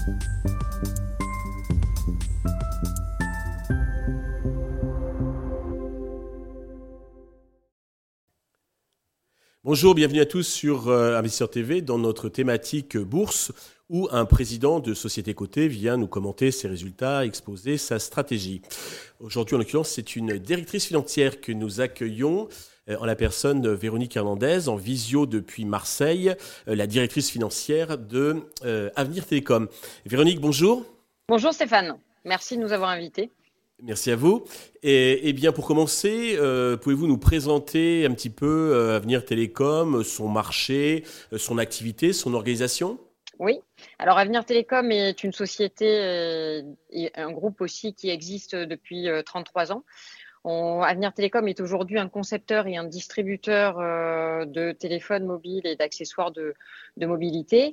Bonjour, bienvenue à tous sur Investisseur TV dans notre thématique bourse où un président de société cotée vient nous commenter ses résultats, exposer sa stratégie. Aujourd'hui, en l'occurrence, c'est une directrice financière que nous accueillons en la personne de Véronique Hernandez, en visio depuis Marseille, la directrice financière de Avenir Télécom. Véronique, bonjour. Bonjour Stéphane, merci de nous avoir invités. Merci à vous. Et bien pour commencer, pouvez-vous nous présenter un petit peu Avenir Télécom, son marché, son activité, son organisation ? Oui, alors Avenir Télécom est une société et un groupe aussi qui existe depuis 33 ans. Avenir Télécom est aujourd'hui un concepteur et un distributeur de téléphones mobiles et d'accessoires de mobilité.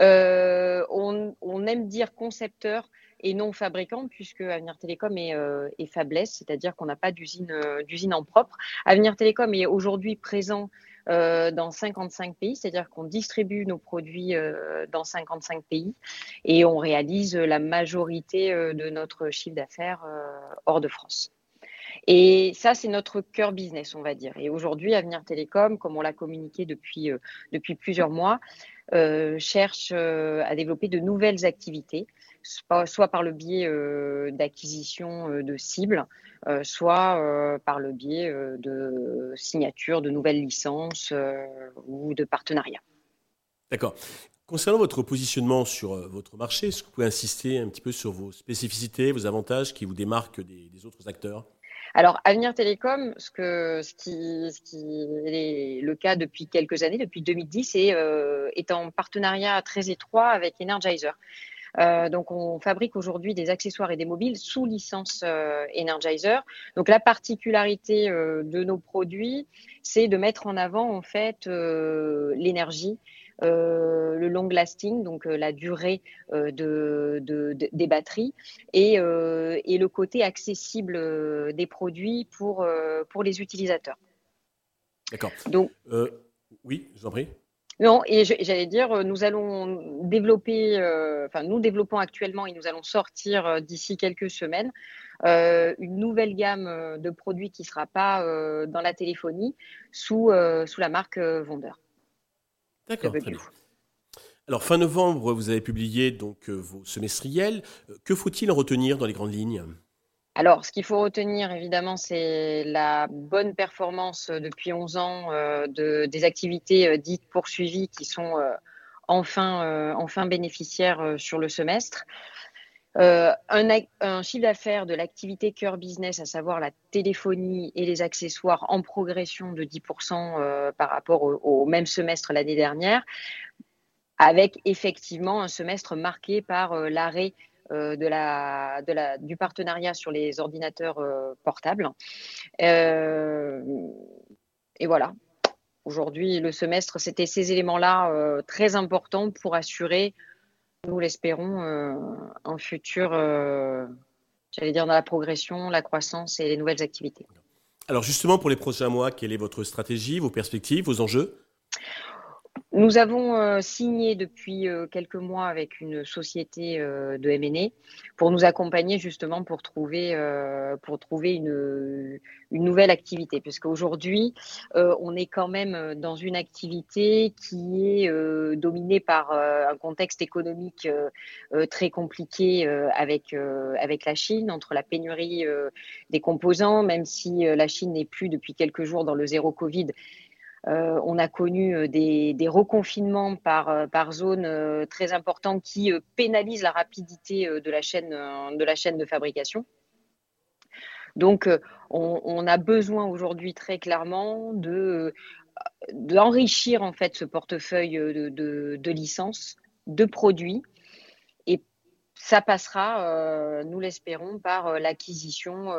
On aime dire concepteur et non fabricant, puisque Avenir Télécom est fabless, c'est-à-dire qu'on n'a pas d'usine en propre. Avenir Télécom est aujourd'hui présent dans 55 pays, c'est-à-dire qu'on distribue nos produits dans 55 pays et on réalise la majorité de notre chiffre d'affaires hors de France. Et ça, c'est notre cœur business, on va dire. Et aujourd'hui, Avenir Télécom, comme on l'a communiqué depuis plusieurs mois, cherche à développer de nouvelles activités, soit par le biais d'acquisition de cibles, soit par le biais de signature de nouvelles licences ou de partenariats. D'accord. Concernant votre positionnement sur votre marché, est-ce que vous pouvez insister un petit peu sur vos spécificités, vos avantages qui vous démarquent des autres acteurs ? Alors, Avenir Télécom, ce qui est le cas depuis quelques années, depuis 2010, est en partenariat très étroit avec Energizer. Donc, on fabrique aujourd'hui des accessoires et des mobiles sous licence Energizer. Donc, la particularité de nos produits, c'est de mettre en avant en fait l'énergie, le long lasting, donc la durée des batteries et le côté accessible des produits pour les utilisateurs. D'accord. Donc, oui, je vous en prie. Non, et j'allais dire, nous allons développer, nous développons actuellement et nous allons sortir d'ici quelques semaines une nouvelle gamme de produits qui ne sera pas dans la téléphonie sous la marque Vendeur. D'accord, très bien. Alors, fin novembre, vous avez publié donc vos semestriels. Que faut-il en retenir dans les grandes lignes ? Alors, ce qu'il faut retenir, évidemment, c'est la bonne performance depuis 11 ans des activités dites poursuivies qui sont enfin bénéficiaires sur le semestre. Un chiffre d'affaires de l'activité cœur business, à savoir la téléphonie et les accessoires, en progression de 10% par rapport au même semestre l'année dernière, avec effectivement un semestre marqué par l'arrêt du partenariat sur les ordinateurs portables. Et voilà. Aujourd'hui, le semestre, c'était ces éléments-là très importants pour assurer, nous l'espérons, un futur, j'allais dire, dans la progression, la croissance et les nouvelles activités. Alors justement, pour les prochains mois, quelle est votre stratégie, vos perspectives, vos enjeux ? Nous avons signé depuis quelques mois avec une société de M&A pour nous accompagner justement pour trouver une nouvelle activité. Parce qu'aujourd'hui, on est quand même dans une activité qui est dominée par un contexte économique très compliqué avec la Chine, entre la pénurie des composants, même si la Chine n'est plus depuis quelques jours dans le zéro Covid. On a connu des reconfinements par zone très importants qui pénalisent la rapidité de la chaîne de fabrication. Donc, on a besoin aujourd'hui très clairement d'enrichir en fait ce portefeuille de licences, de produits. Et ça passera, nous l'espérons, par l'acquisition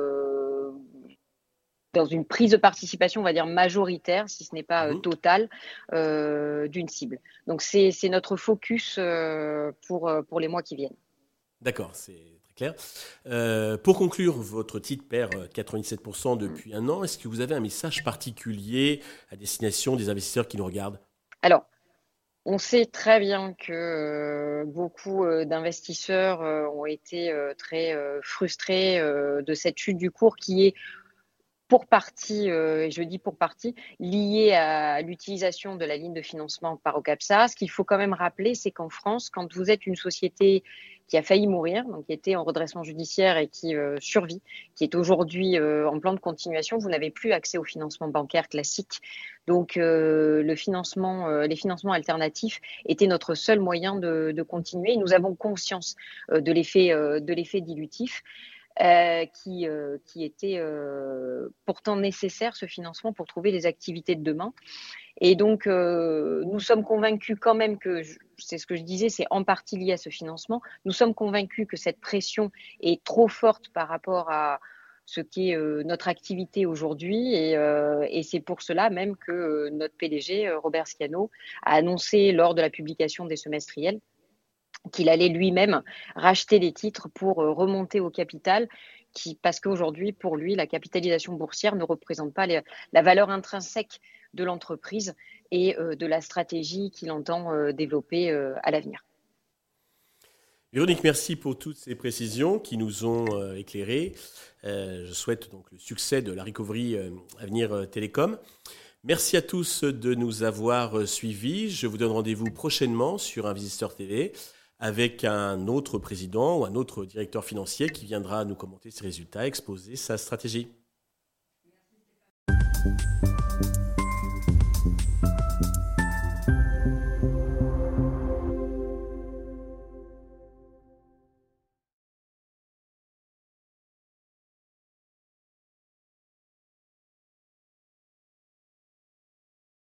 dans une prise de participation, on va dire majoritaire, si ce n'est pas totale, d'une cible. Donc, c'est notre focus pour les mois qui viennent. D'accord, c'est très clair. Pour conclure, votre titre perd 97% depuis un an. Est-ce que vous avez un message particulier à destination des investisseurs qui nous regardent ? Alors, On sait très bien que beaucoup d'investisseurs ont été très frustrés de cette chute du cours qui est pour partie, et je dis pour partie, liée à l'utilisation de la ligne de financement par Ocapsa. Ce qu'il faut quand même rappeler, c'est qu'en France, quand vous êtes une société qui a failli mourir, donc qui était en redressement judiciaire et qui survit, qui est aujourd'hui en plan de continuation, vous n'avez plus accès au financement bancaire classique. Donc les financements alternatifs étaient notre seul moyen de continuer. Nous avons conscience de l'effet dilutif. Qui était pourtant nécessaire, ce financement, pour trouver les activités de demain. Et donc, nous sommes convaincus quand même que, c'est ce que je disais, c'est en partie lié à ce financement, nous sommes convaincus que cette pression est trop forte par rapport à ce qui est notre activité aujourd'hui. Et c'est pour cela même que notre PDG, Robert Schiano, a annoncé lors de la publication des semestriels qu'il allait lui-même racheter les titres pour remonter au capital, parce qu'aujourd'hui, pour lui, la capitalisation boursière ne représente pas la valeur intrinsèque de l'entreprise et de la stratégie qu'il entend développer à l'avenir. Véronique, merci pour toutes ces précisions qui nous ont éclairés. Je souhaite donc le succès de la recovery Avenir Télécom. Merci à tous de nous avoir suivis. Je vous donne rendez-vous prochainement sur Investisseur TV avec un autre président ou un autre directeur financier qui viendra nous commenter ses résultats, exposer sa stratégie. Merci.